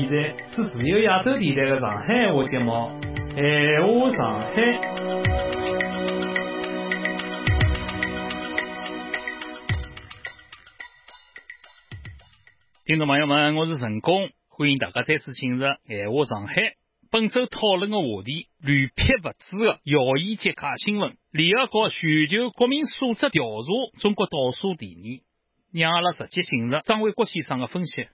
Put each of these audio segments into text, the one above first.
台是自由亚洲电台的上海话节目《闲话上海》。听众朋友们，我是陈功，欢迎大家再次进入《闲话上海》。本周讨论的话题：屡辟不止的谣言及假新闻。联合国全球国民素质调查，中国倒数第二。让阿拉直接进入张卫国先生的分析。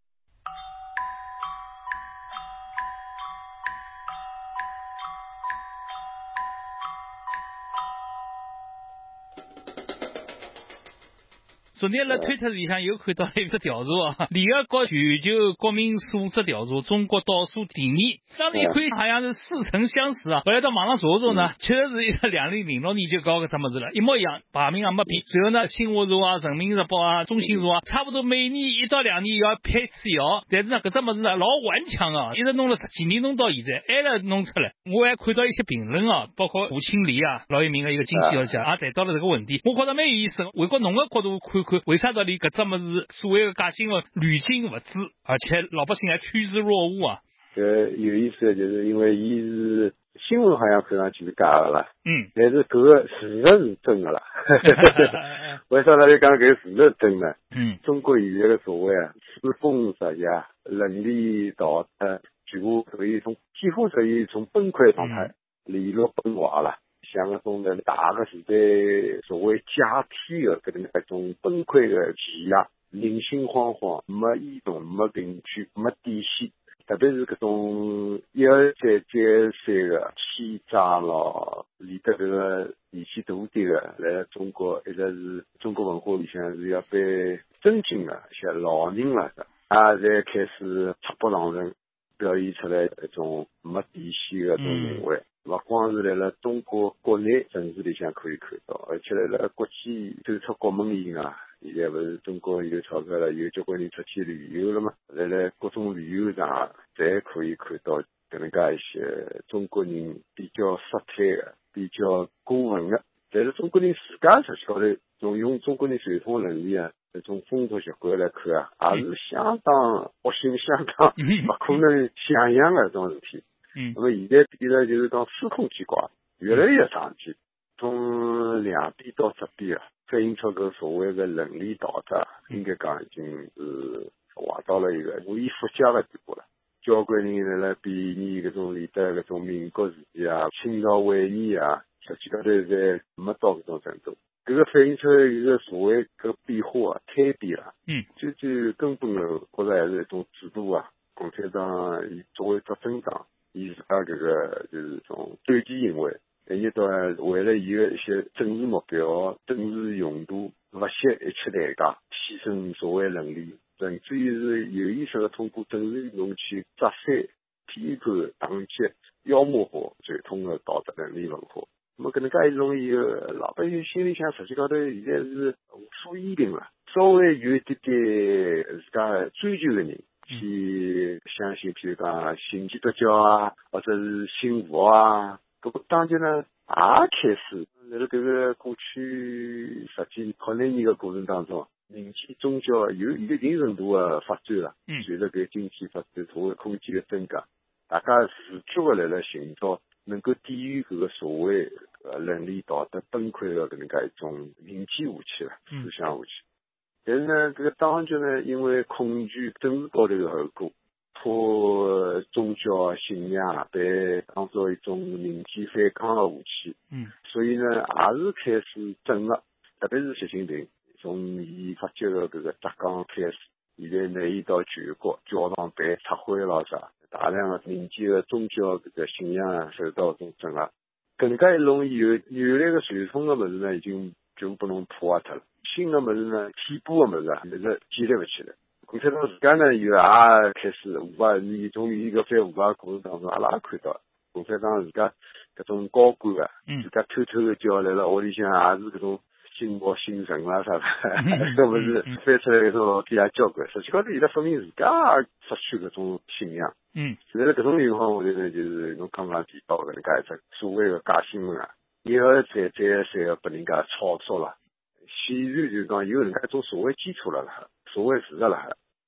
昨日辣推特里向又看到了一个调查联合国全球国民素质调查，中国倒数第二。当时一看好像是似曾相识啊，后来到网上查呢，确实是一个2006年就搞搿只么子了，一模一样，排名也没变。随后呢，新华社啊、人民日报啊、中新社啊，差不多每年1到2年要配次谣，但是呢，搿只么子呢老顽强啊，一直弄了10几年，弄到现在还来弄出来。我还看到一些评论啊，包括吴清黎啊，老有名的一个经济学家，也谈到了这个问题。我觉得蛮有意思的。回过侬个角度看看，为啥道理搿只么子所谓的假新闻屡禁不止，而且老百姓还趋之若鹜啊？ 有意思的就是因为伊是新闻好像看上去是假的啦，但是搿个事实是真的啦。为啥呢？讲搿个事实真的？中国现在的社会啊，世风日下，伦理道德几乎几乎属于从崩溃状态，利落崩坏了。像搿种的大个时代，所谓假体的搿种崩溃的挤压，人心惶惶，没移动，没凭据，没底线。特别是搿种一而再再而三的欺诈咯，连得搿个年纪大点的，来中国一直是中国文化里向是要被尊敬的，像老人了的，侪开始赤膊上阵，表现出来一种没底线的一种行为。勿光是来了中国国内城市里向可以看到，而且来了国际走出国门以外，现在勿是中国有钞票了，有交关人出去旅游了嘛？来各种旅游场，侪可以看到搿能介一些中国人比较失态的、比较过分的。但是中国人自家实际高头，从用中国人传统伦理啊，这种风俗习惯来看啊，也是相当恶心、相当勿可能想象的这种事体。那么现在变得就是讲司空见惯，越来越常见，从两边到这边啊，反映出个所谓的伦理道德，应该讲已经是滑到了一个无以复加的地步了。交关人来比拟搿种历代搿种民国时期啊、清朝晚年啊，实际高头侪没到搿种程度。搿个反映出来一个所谓搿变化啊、蜕变了。最根本的，觉着还是一种制度啊。共产党以作为执政党，伊自家搿个就是种短期行为，一到为了伊的一些政治目标、政治用途，不惜一切代价，牺牲所谓伦理，甚至于是有意识的通过政治运动去砸碎、批判、打击、妖魔化传统的道德伦理文化。那么搿能介一种以后，老百姓心里向实际高头现在是无所依凭了，稍微有一点点自家追求的人。去相信，譬如讲信基督教啊，或者是信佛啊，搿个当然呢也开始在搿个过去10几好几年的过程当中，民间宗教有一定程度的发展了。随着搿经济发展、社会空间的增加，大家自觉的来寻找能够抵御搿个所谓伦理道德崩溃的搿能介一种民间武器了，思想武器。但是呢，这个当局呢，因为恐惧政治高头的后果，怕宗教信仰被当作一种民间反抗的武器，所以呢，也是开始整合，特别是习近平从伊发迹的这个浙江开始，现在内移到全国，教堂被拆毁了啥，大量的民间的宗教这个信仰受到这种整合，搿能介一弄以后，原来的传统的物事呢，已经全部被侬破坏脱了。新的么子呢，替补的么子啊，一直建立不起来。共产党自家呢，也开始无法，从伊个反腐败过程当中，阿拉也看到，共产党自家搿种高官啊，自家偷偷的叫来了屋里向，也是搿种信佛信神啦啥的，搿么是翻出来搿种底下交关。实际高头现在说明自家失去搿种信仰。现在搿种情况下头呢，就是侬刚刚提到搿能介一只所谓的假新闻啊，一而再再而三的被人家炒作了。显然就是讲有能介一种社会基础了啦，社会事实了。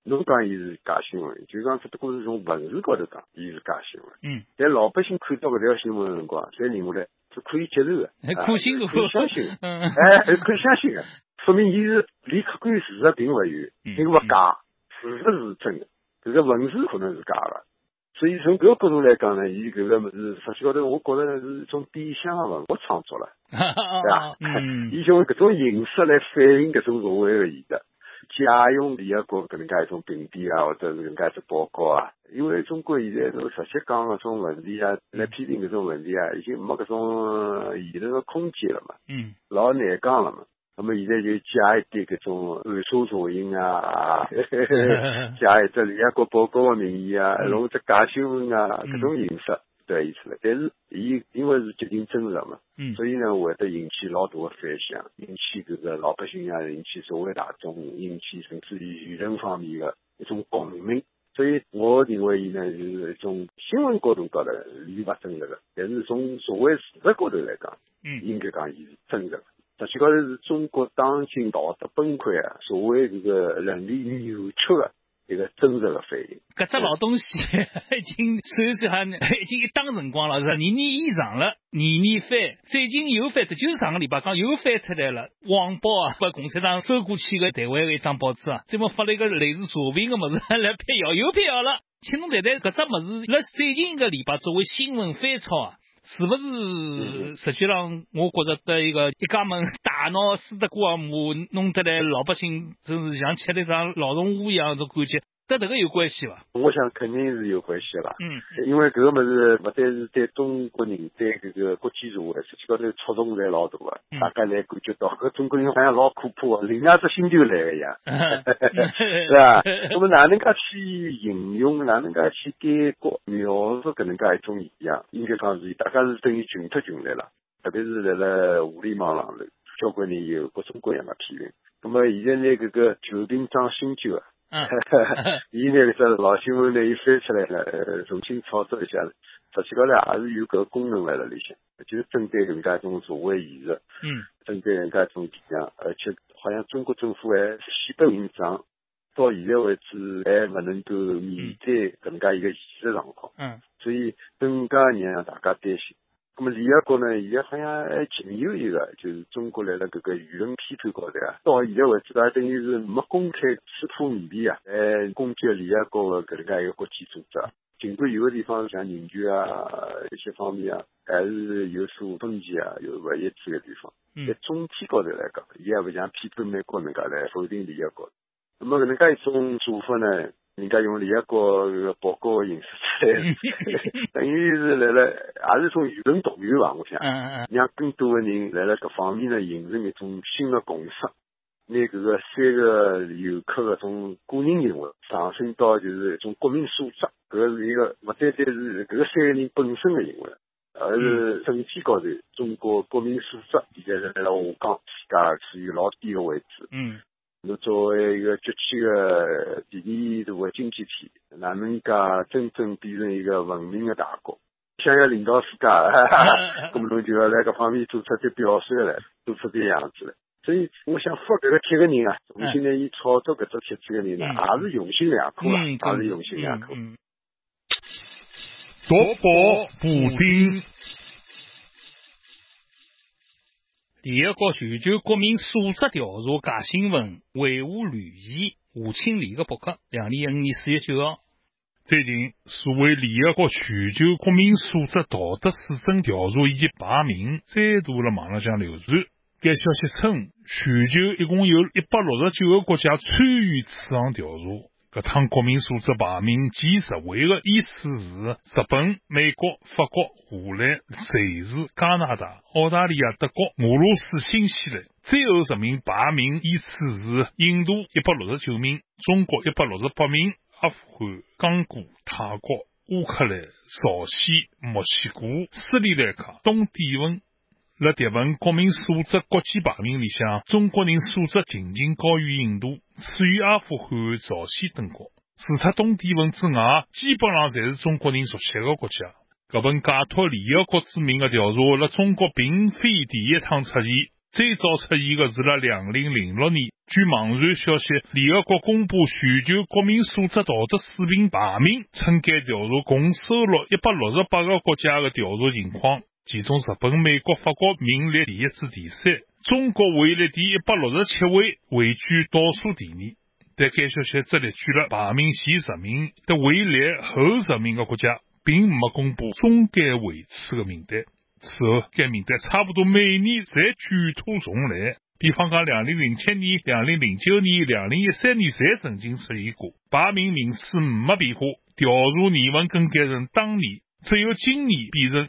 侬讲伊是假新闻，就讲只不过是从文字高头讲，伊是假新闻。但老百姓看到搿条新闻的辰光，侪认为呢是可以接受的， 可信的， 可以相信的，还可以相信的，说明伊是离客观事实并勿远，并勿假，事实是真的，搿个文字可能是假的。所以从搿个角度来讲呢，伊搿个物事实际高头，我觉着是一种变相的文学创作了，对吧？伊用搿种形式来反映搿种社会的现实。借用联合国搿能介一种评比啊，或者是搿能介一只报告啊，因为中国现在侬直接讲搿种问题啊，来批评搿种问题啊，已经没搿种议论的空间了嘛，老难讲了嘛。那么现在就加一点搿种暗戳撮隐啊，加一只联合国报告的名义啊，弄只假新闻啊，搿种形式。对意思了，但是伊因为是接近真实嘛，所以呢会得引起老大的反响，引起搿个老百姓啊，引起社会大众，引起甚至于舆论方面的一种共鸣。所以我认为伊呢就是一种新闻角度高头伊勿真实的，但是从社会事实高头来讲，应该讲伊是真实的。实际高头是中国当今道德崩溃啊，社会搿个伦理扭曲的一个真实的反应。 搿只老东西已经已经一档辰光了，是年年以上了，年年翻。最近又翻，这就是上个礼拜刚又翻出来了。网报啊，把共产党收过去的台湾的一张报纸啊，专门发了一个类似社评的物事来辟谣，又辟谣了。请侬谈谈搿只物事，辣最近一个礼拜作为新闻翻炒啊，是不是实际上我觉着对一个一家门大闹斯德哥尔摩，弄得来老百姓真是像吃了一张老动物一样的感觉。跟这个有关系吧？ 我想肯定是有关系啦。因为搿个物事勿单是对中国人，对搿个国际社会，实际高头触动侪老大个。大家来感觉到搿中国人好像老可怕，另外一只星球来个样，是吧？那么哪能介去形容，哪能介去概括描述搿能介一种现象？应该讲是大家是等于群脱群来了，特别是辣辣互联网上头，交关人有各种各样的批评。那么现在呢，搿个旧瓶装新酒啊。伊那个只老新闻呢，伊翻出来了，重新炒作一下，实际高头也是有搿个功能辣辣里向，就是针对搿能介一种社会现实，针对搿能介一种现象，而且好像中国政府还死背硬仗，到现在为止还勿能够面对搿能介一个现实状况，所以更加让大家担心。那么联合国呢，现在好像还仅有一个，就是中国来了搿个舆论批判高头啊，到现在为止，它等于是没公开撕破面皮啊，攻击联合国的搿能介一个国际组织。尽管有的地方像人权啊一些方面啊，还是有所分歧啊，有勿一致的地方。在总体高头来讲，伊还勿像批判美国能介来否定联合国。那么搿能介一种做法呢？人家用联合国个报告的形式出来，等于是来了，也是一种舆论动员吧，我想，让更多的人来了各方面呢形成一种新的共识，拿搿个三个游客的种个人行为上升到就是一种国民素质，搿个是一个勿单单是搿个三个人本身的行为，而是整体高头中国国民素质现在是来了下降，世界处于老低的位置。侬作为一个崛起的第二大的经济体，哪能介真正变成一个文明的大国？想要领导世界，那么侬就要在各方面做出点表率来，做出点样子来。所以我想发搿个帖个人啊，重新呢，伊炒作搿只帖子个人呢，也是用心良苦啦，也是用心良苦。 夺宝补丁。 联合国全球国民素质调查假新闻维护履仪吴清理的博客，2015年4月9号。 最近，所谓联合国全球国民素质道德水准调查以及排名再度辣网络上流传。该消息称，全球一共有169个国家参与此项调查。搿趟国民素质排名前10位的依次是日本、美国、法国、荷兰、瑞士、加拿大、澳大利亚、德国、俄罗斯、新西兰。最后10名排名依次是印度169名、中国168名、阿富汗、刚果、泰国、乌克兰、朝鲜、墨西哥、斯里兰卡、东帝汶。辣迭份国民素质国际排名里向，中国人素质仅仅高于印度，次于阿富汗、朝鲜等国。除脱东帝汶之外，基本上侪是中国人熟悉的国家。搿份假托联合国之名的调查，辣中国并非第一趟出现。 最早出现的是了2006年，据网传消息，联合国公布全球国民素质道德水平排名，称该调查共收录168个国家的调查情况，其中日本、美国、法国名列第一至第三，中国位列第167位，位居倒数第二。但该消息只列举了排名前10名的位列后10名的国家，并没公布中间位次的名单。此后，该名单差不多每年在卷土重来。比方讲2007年、2009年、2013年侪曾经出现过，排名名次没变化，调查年份更改成当年，只有今年变成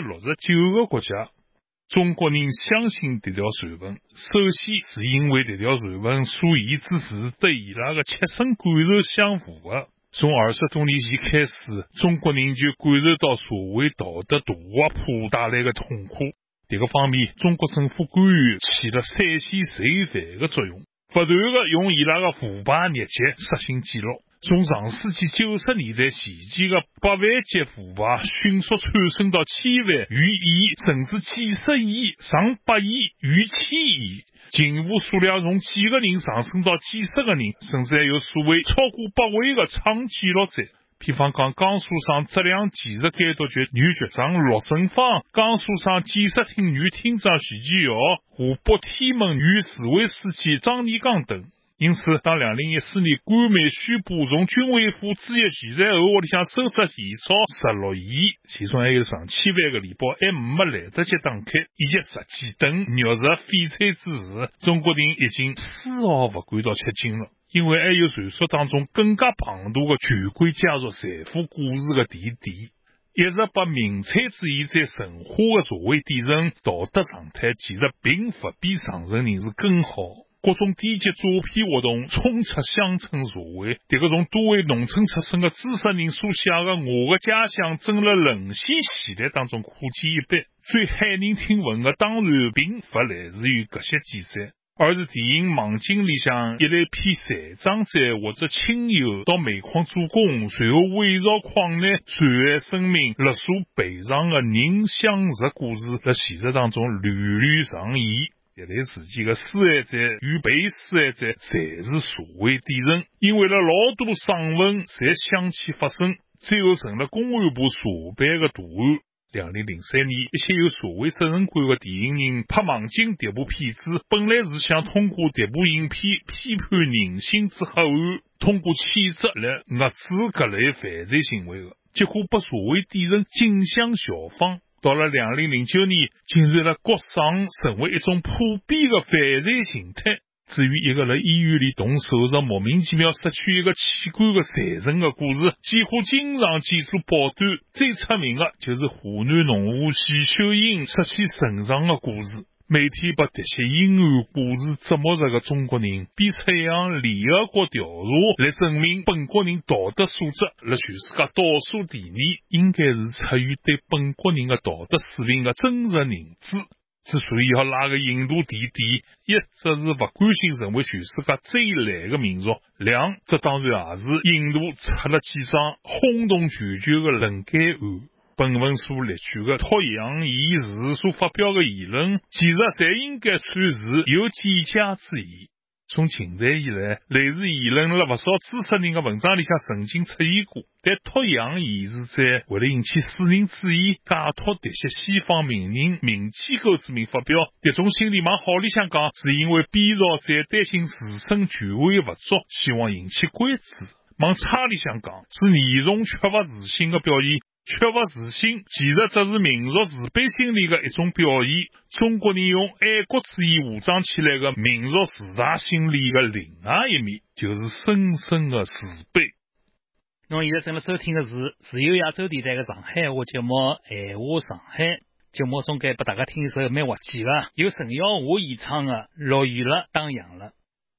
169个国家。中国人相信这条传闻，首先是因为这条传闻所言之事和伊拉的切身感受相符合。从20多年前开始，中国人就感受到社会道德大滑坡带来的痛苦。这个方面，中国政府官员起了散线谁犯的作用，不断的用伊拉的腐败业绩刷新纪录。从上世纪90年代前期的8万级腐败，迅速窜升到千万、逾亿，甚至几十亿、上百亿、逾千亿。警务数量从几个人上升到几十个人，甚至还有所谓超过100位的厂记录者。比方讲，江苏省质量技术监督局女局长陆正芳，江苏省检察厅女厅长徐继尧，湖北天门女市委书记张立刚等。因此，当2014年官媒宣布从军委副主席徐才厚窝里向收出现钞16亿，其中还有上千万个礼包还没来得及打开，以及10几吨肉食翡翠之时，中国人已经丝毫不感到吃惊了。因为还有传说当中更加庞大的权贵家族财富故事的地底，一直把民粹主义在神话的社会底层，道德常态其实并不比上层人士更好。各种低级诈骗活动充斥乡村社会，这个从多位农村出身的知识人所写的我的家乡正了沦陷时代当中可见一斑。最骇人听闻的当然并不来自于这些记载，而是电影《盲井》里向一类骗残障者或者亲友到煤矿做工，随后伪造矿难残害生命勒索赔偿的人相实故事，在现实当中屡屡上演。这类事件的施害者与被施害者侪是社会底层，因为了老多上文侪相继发生，最后成了公安部查办的大案。2003年，一些有社会责任感的电影人拍《盲井》这部片子，本来是想通过这部影片批判人性之黑暗，通过谴责来遏制各类犯罪行为的，结果被社会底层竞相效仿。到了2009年，竟然在国上成为一种普遍的犯罪形态。至于一个在医院里动手术莫名其妙失去一个器官的残忍的故事，几乎经常见所报端。最出名的就是湖南农户徐秀英失去肾脏的故事。每天把这些阴暗故事折磨着的中国人，比出一项联合国调查来证明本国人道德素质在全世界倒数第二，应该是出于对本国人的道德水平的真实认知。之所以要拉个印度第一，一则是不甘心成为全世界最烂的民族，两这当然也是印度出了几桩轰动全球的轮奸案。本文所列举的托杨仪时所发表的言论，其实侪应该算是有见解之意。从近代以来，类似言论在不少知识人的文章里向曾经出现过，但托杨仪是在为了引起世人注意，假托这些西方名人名机构之名发表。这种心理往好里向讲，是因为编造者担心自身权威不足，希望引起关注；往差里向讲，是严重缺乏自信的表现。缺乏自信，其实这是民族自卑心理的一种表现。中国人用爱国主义武装起来的民族自大心理的另外一面，就是深深的自卑。 侬现在正在收听的是自由亚洲电台的上海话节目《闲话上海》。节目中间给大家听一首蛮滑稽的，由陈耀华演唱的《落雨了，打烊了》。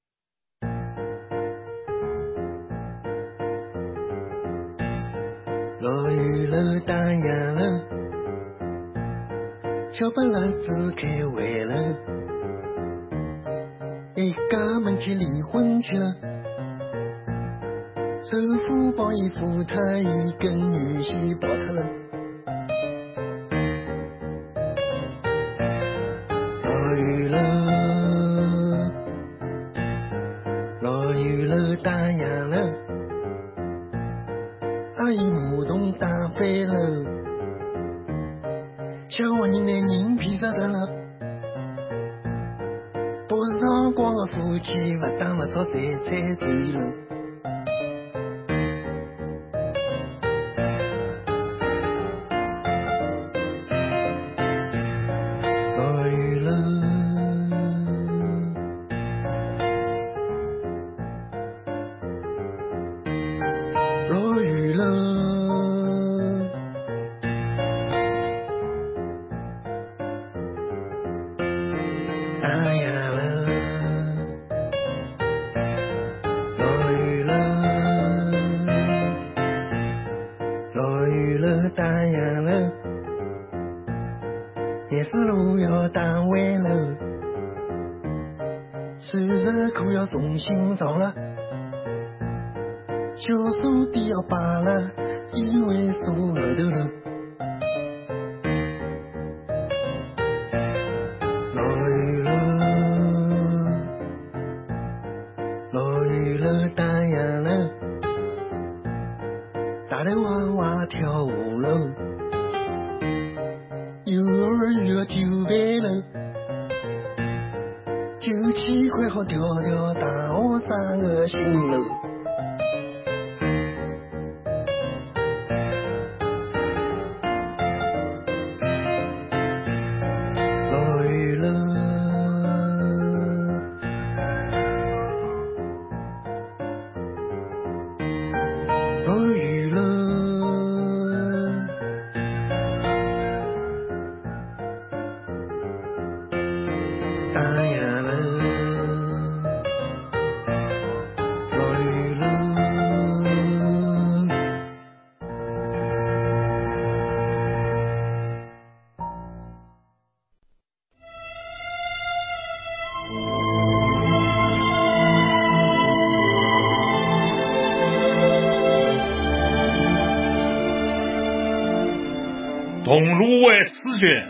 落雨了，打烊了，小白鸭子开会了，一家门去离婚去了，首富抱一富太一跟女婿跑脱了。落雨了， 我人的人皮着的了，不是阳光的夫妻，不打不吵，再猜最冷。落雨了，落雨了，太阳了，落雨了，落雨了，太阳了，也是路要单位了，虽然苦要重新找了，小手的要罢了，因为数额头了。落雨了，落雨了，太阳了，大的娃娃跳舞了，幼儿园要9班了，97块好调调大学生的心了。落雨了，落雨了，太阳了，落雨了。 桐庐为诗卷，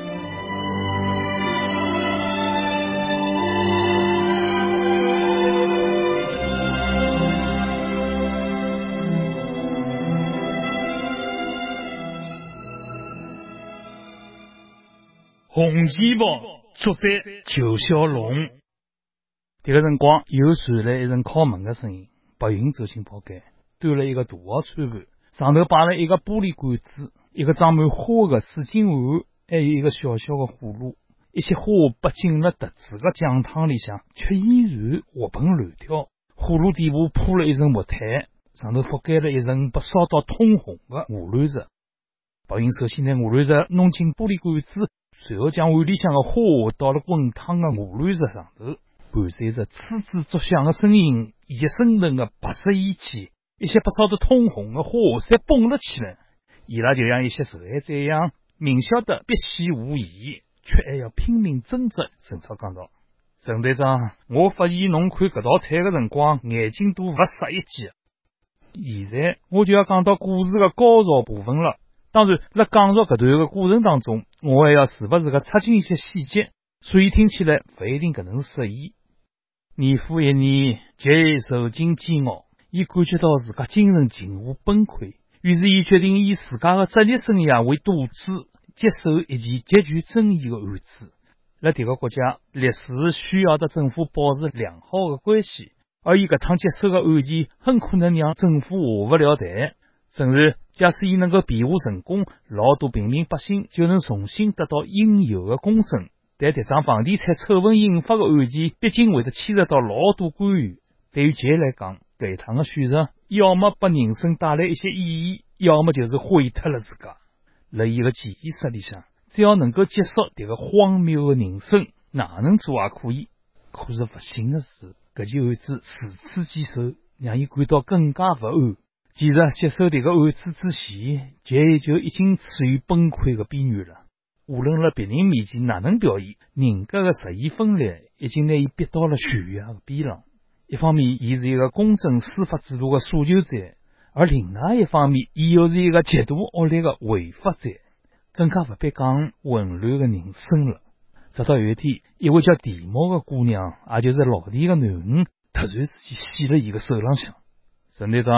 洪基宝作者裘小龙。这个辰光又传来一阵敲门的声音，白云走进包间，端了一个大号餐盘，上头摆了一个玻璃罐子，一个装满花的水晶碗，还有一个小小的葫芦，一些花被浸了特制的酱汤里向，却依然活蹦乱跳。葫芦底部铺了一层木毯，上头覆盖了一层被烧到通红的鹅卵石。白云首先拿鹅卵石弄进玻璃罐子，随后将碗里向的花倒了滚烫的鹅卵石上头，伴随着呲呲作响的声音以及升腾的白色烟气，一些被烧得通红的花侪蹦了起来。伊拉就像一些受害者一样，明晓得必死无疑，却还要拼命挣扎。陈超讲道：“陈队长，我发现侬看搿道菜的辰光，眼睛都勿眨一记。现在我就要讲到故事的高潮部分了。当然，辣讲述搿段的过程当中，我还要时不时的插进一些细节，所以听起来勿一定搿能适宜。年复一年，杰受尽煎熬，伊感觉到自家精神近乎崩溃。于是，伊决定以自家的职业生涯为赌注，接手一件极具争议的案子。辣迭个国家，历史需要的政府保持良好的关系，而伊搿趟接手的案件很可能让政府下不了台。诚然，假使伊能够辩护成功，老多平民百姓就能重新得到应有的公正。但迭桩房地产丑闻引发的案件，毕竟会得牵涉到老多官员。对于杰来讲，搿一趟的选择，要么把人生带来一些意义，要么就是毁脱了自家。辣伊个潜意识里向，只要能够结束迭个荒谬的人生，哪能做也可以。可是不幸的是，搿件案子如此棘手，让伊感到更加不安。其实接手迭个案子之前，杰就已经处于崩溃的边缘了。无论辣别人面前哪能表现，人格的日益分裂已经拿伊逼到了悬崖的边浪。一方面，伊是一个公正司法制度的诉求者，而另外一方面，伊又是一个极度恶劣的违法者，更加不必讲混乱的人生了。直到有一天，一位叫提莫的姑娘，也就是老弟的囡恩，突然之间死了伊个手浪向。陈队长，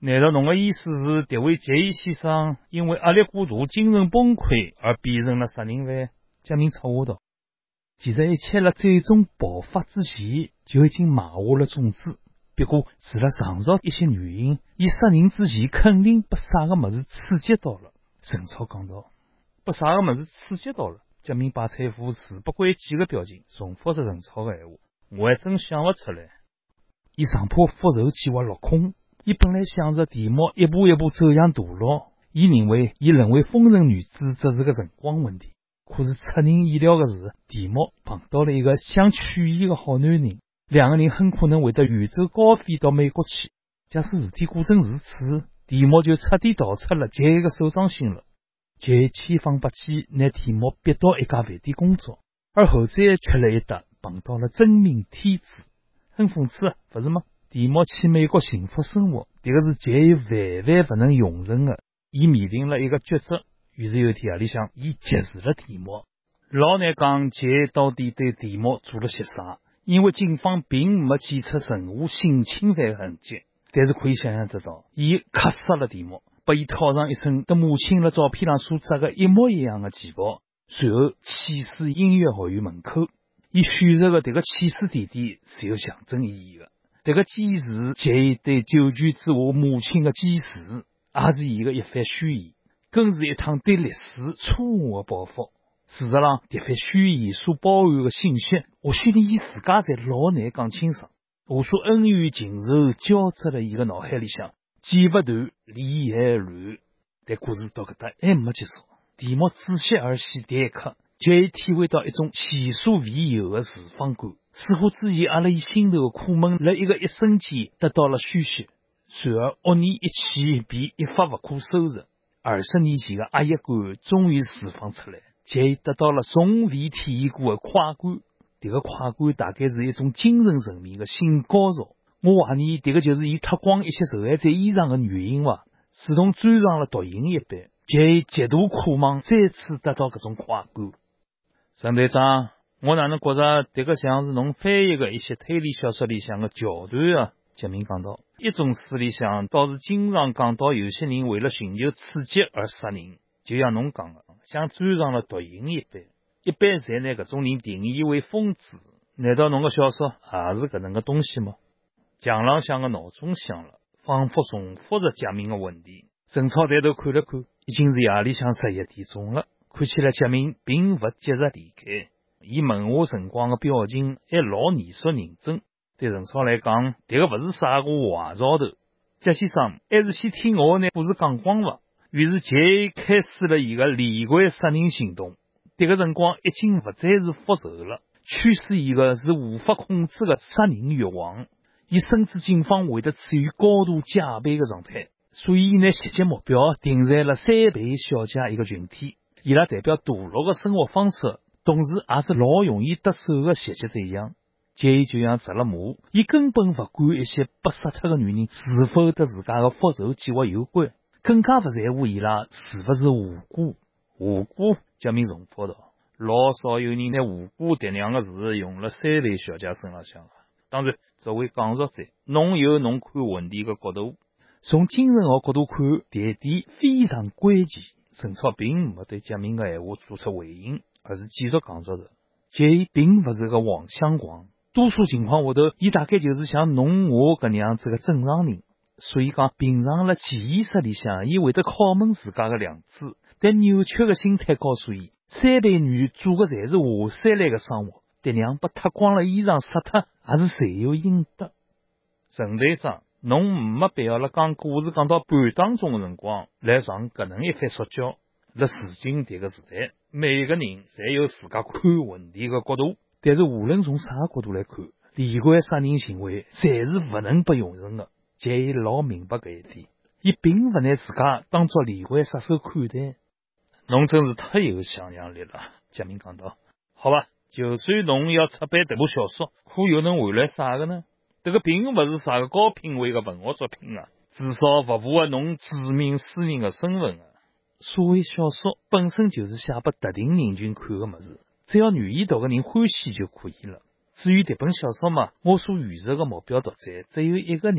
难道侬的意思是，这位杰伊先生因为压力过大、精神崩溃而变成了杀人犯？贾明插话道。其实一切在最终爆发之前就已经埋下了种子。不过，除了上述一些原因，伊杀人之前肯定被啥个么子刺激到了。陈超讲道。被啥个么子刺激到了？贾明摆出一副事不关己的表情，重复着陈超的闲话。我还真想不出来。伊上怕复仇计划落空。伊本来想着提莫一步一步走向大牢，伊认为伊沦为风尘女子只是个辰光问题。可是出人意料的是，提莫碰到了一个想娶伊的好男人，两个人很可能会得远走高飞到美国去。假使事体果真如此，提莫就彻底逃出了杰的手掌心了。杰千方百计拿提莫逼到一家饭店工作，而后者却在一搭碰到了真命天子。很讽刺，不是吗？提莫去美国幸福生活，这个是杰万万不能容忍的。伊面临了一个抉择。于是有一天夜里向，伊结识了提莫。老难讲杰到底对提莫做了些啥，因为警方并没检出任何性侵犯痕迹。但是可以想象得到，伊克杀了提莫，把伊套上一身跟母亲的照片上所扎的一模一样的旗袍，随后弃尸音乐学院门口。伊选择的这个弃尸地点是有象征意义的。这个祭祀杰对九泉之下母亲的祭祀，也是伊的一番宣言，更是一趟对历史错误的报复。事实上，这番宣言所包含的信息，或许连伊自家侪老难讲清爽。无数恩怨情仇交织在伊的脑海里向，剪不断，理还乱。但故事到搿搭还没结束。提莫仔细而细迭一刻，杰体会到一种前所未有的释放感。似乎之前压辣伊心头的苦闷，在一个一瞬间得到了宣泄，随而恶念一起便一发不可收拾。20年前的压抑感终于释放出来，杰得到了从未体验过的快感。这个快感大概是一种精神层面的性高潮。我怀疑这个就是伊脱光一些受害者衣裳的原因吧，如同沾上了毒瘾一般。杰极度渴望再次得到这种快感。陈队长，我哪能觉着这个像是侬翻译的一些推理小说里向的桥段啊？杰明讲到，一种书里向倒是经常讲到有些人为了寻求刺激而杀人，就像侬讲的，像沾上了毒瘾一般。一般侪拿搿种人定义为疯子。难道侬个小说也是搿能个东西吗？墙浪向的闹钟响了，仿佛重复着杰明的问题。陈超抬头看了看，已经是夜里向11点钟了。看起来杰明并不急着离开，伊问话辰光的表情还老严肃认真。对陈超来讲，这个不是啥个坏兆头。杰先生，还是先听我拿故事讲光吧。于是杰开始了伊个连环杀人行动。这个辰光已经不再是复仇了，驱使伊的是无法控制的杀人欲望。伊深知警方会得处于高度戒备的状态，所以伊拿袭击目标定在了3倍小姐一个群体。伊拉代表堕落的生活方式，同时也是老容易得手的袭击对象。杰就像着了魔，伊根本不管一些被杀脱的女人是否和自家的复仇计划有关，更加不在乎伊拉是不是无辜。无辜，杰明重复道，老少有人拿无辜这两个字用了3倍小姐身上向。当然，作为讲述者，侬有侬看问题的角度。从精神学角度看，这点非常关键。陈超并没对杰明的闲话做出回应，而是继续讲述着。杰并不是个妄想狂，多数情况下头，伊大概就是像侬我搿样子的正常人。所以讲，平常辣潜意识里向，伊会得拷问自家的良知，但扭曲的心态告诉伊，3倍女做的侪是下三滥的生活，爹娘把脱光了衣裳杀脱，也是罪有应得。陈队长，侬没必要辣讲故事讲到半当中的辰光来上搿能一番说教。辣如今这个时代，每个人侪有自家看问题的角度，但是无论从啥角度来看，连环杀人行为侪是不能被容忍的。杰老明白搿一点，伊并不拿自家当作连环杀手看待。侬真是太有想象力了，杰明讲道。好吧，就算侬要出版这部小说，可又能换来啥个呢？这个并不是啥个高品位的文学作品啊，至少不符合侬知名诗人的身份啊。所谓小说本身就是写给特定人群看的么子，只要愿意读的人欢喜就可以了。至于这本小说嘛，我所预设的目标读者只有一个人，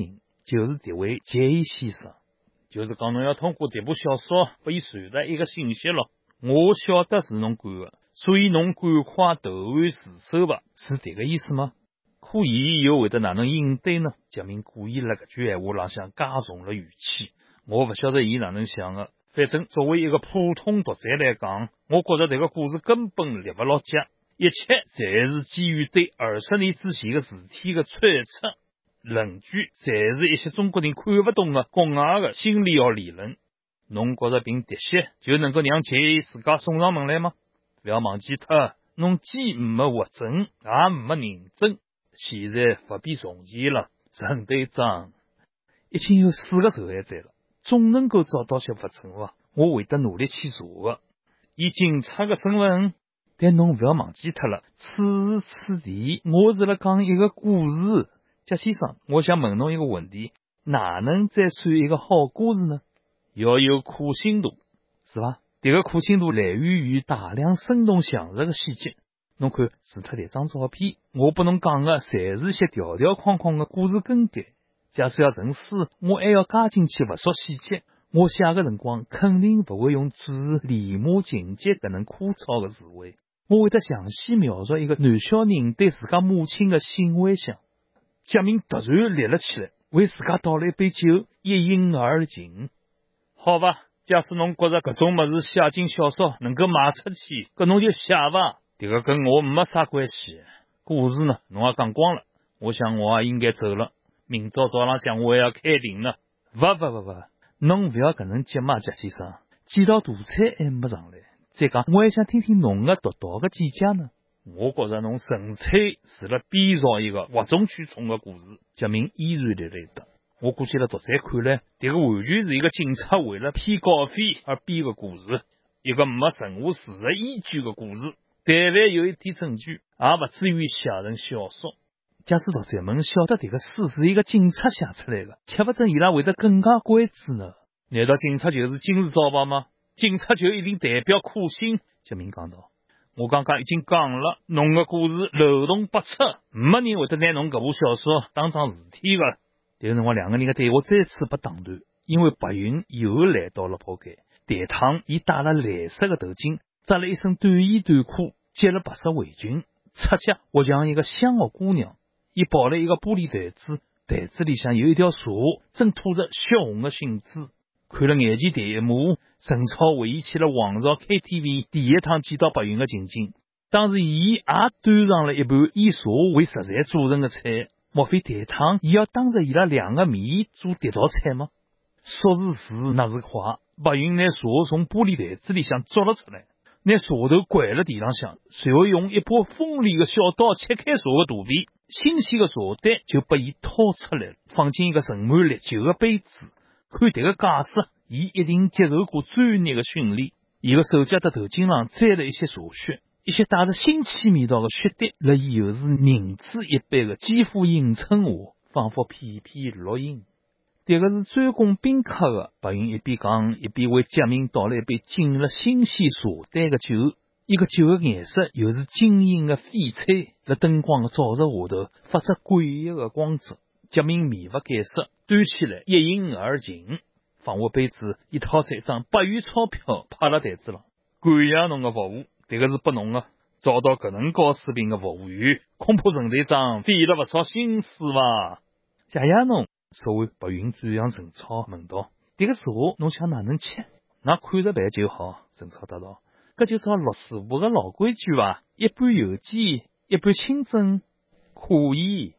就是这位杰先生。就是讲侬要通过这部小说拨伊传达一个信息咯。我晓得是侬干的，所以侬赶快投案自首吧，是这个意思吗？可伊又会得哪能应对呢？蒋明故意辣搿句闲话浪向加重了语气。我不晓得伊哪能想的，反正作为一个普通读者来讲，我觉着这个故事根本立不牢脚，一切侪是基于对20年之前的事体的揣测，论据侪是一些中国人看不懂的国外的心理学理论。侬觉着凭这些就能够让杰自家送上门来吗？不要忘记脱，侬既没物证，也没人证，现在不必从前了，陈队长。已经有4个受害者了，总能够找到些物证吧？我会得努力去查的。以警察的身份，但侬不要忘记脱了，此时此地，我是辣讲一个故事。贾先生，我想问侬一个问题，哪能再算一个好故事呢？要有可信度，是吧？这个可信度来源于大量生动详实的细节。侬看，除脱这张照片，我拨侬讲的侪是些条条框框的故事根基。假使要成书，我还要加进去不少细节。我写的辰光肯定不会用注立马情节搿能枯燥的词汇，我会得详细描述一个男小人对自家母亲的性幻想。蒋明突然立了起来，为自家倒了一杯酒，一饮而尽。好吧，假使侬觉着搿种物事写进小说能够卖出去，搿侬就写吧，这个跟我没啥关系。故事呢，侬也讲光了，我想我也应该走了。明朝早浪向我也要开庭了。不，侬不要搿能急嘛，贾先生，几道大菜还没上来。再讲，我还想听听侬的独到的见解呢。我觉着侬纯粹是辣编造一个哗众取宠的故事。贾明依然立了一搭。我估计了读者看来，这个完全是一个警察为了骗稿费而编的故事，一个没任何事实依据的故事。但凡有一点证据，也不至于写成小说。假使读者们晓得这个书是一个警察写出来的，吃不准伊拉会得更加关注呢。难道警察就是金字招牌吗？警察就一定代表可信？杰明讲道。我刚刚已经讲了，侬的故事漏洞百出，没人会得拿侬搿部小说当桩事体的。这个辰光，2个人的对话再次被打断，因为白云又来到了跑街。这趟伊戴了蓝色的头巾，扎了一身短衣短裤，系了白色围裙，出脚活像一个乡下姑娘。伊抱了一个玻璃袋子，袋子里向有一条蛇，正吐着血红的信纸。看了眼前这一幕，陈超回忆起了王朝 KTV 第一趟见到白云的情景。当时伊也端上了一盘以蛇为食材做成的菜，莫非这趟伊要当着伊拉2个面做这道菜吗？说是是，那是话。白云拿蛇从玻璃袋子里向捉了出来，拿蛇头掼了地浪向，随后用一把锋利的小刀切开蛇的肚皮，新鲜的蛇胆就被伊掏出来了，放进一个盛满烈酒的杯子。看这个架势，伊一定接受过专业的训练。伊的手脚的头巾上沾了一些蛇血，一些带着腥气味道的血滴，辣以后是凝脂一般的肌肤映衬下，仿佛片片绿荫。这个是专供宾客的。白云一边讲，一边为杰明倒了一杯浸了新鲜蛇胆的酒。一个酒的颜色又是晶莹的翡翠，在灯光的照射下头发着诡异的光泽。杰明面不改色，端起来一饮而尽。放下杯子，伊掏出一张100元钞票拍了台子上。感谢侬的服务，这个是拨侬的。找到搿能高水平的服务员，恐怕陈队长费了不少心思吧。谢谢侬。说完，白云转向陈超问道：“这个茶侬想哪能吃？那看着办就好。”陈超答道：“搿就照陆师傅的老规矩吧，一半油煎，一半清蒸，可以。”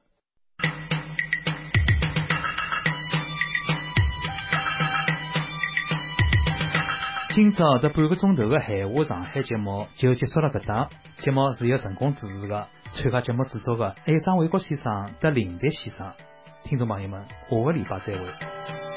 今朝的半个钟头的闲话上海节目就结束了搿档。节目是由成功主持的，参加节目制作的还有张卫国先生和林迪先生。听众朋友们，下个礼拜再会。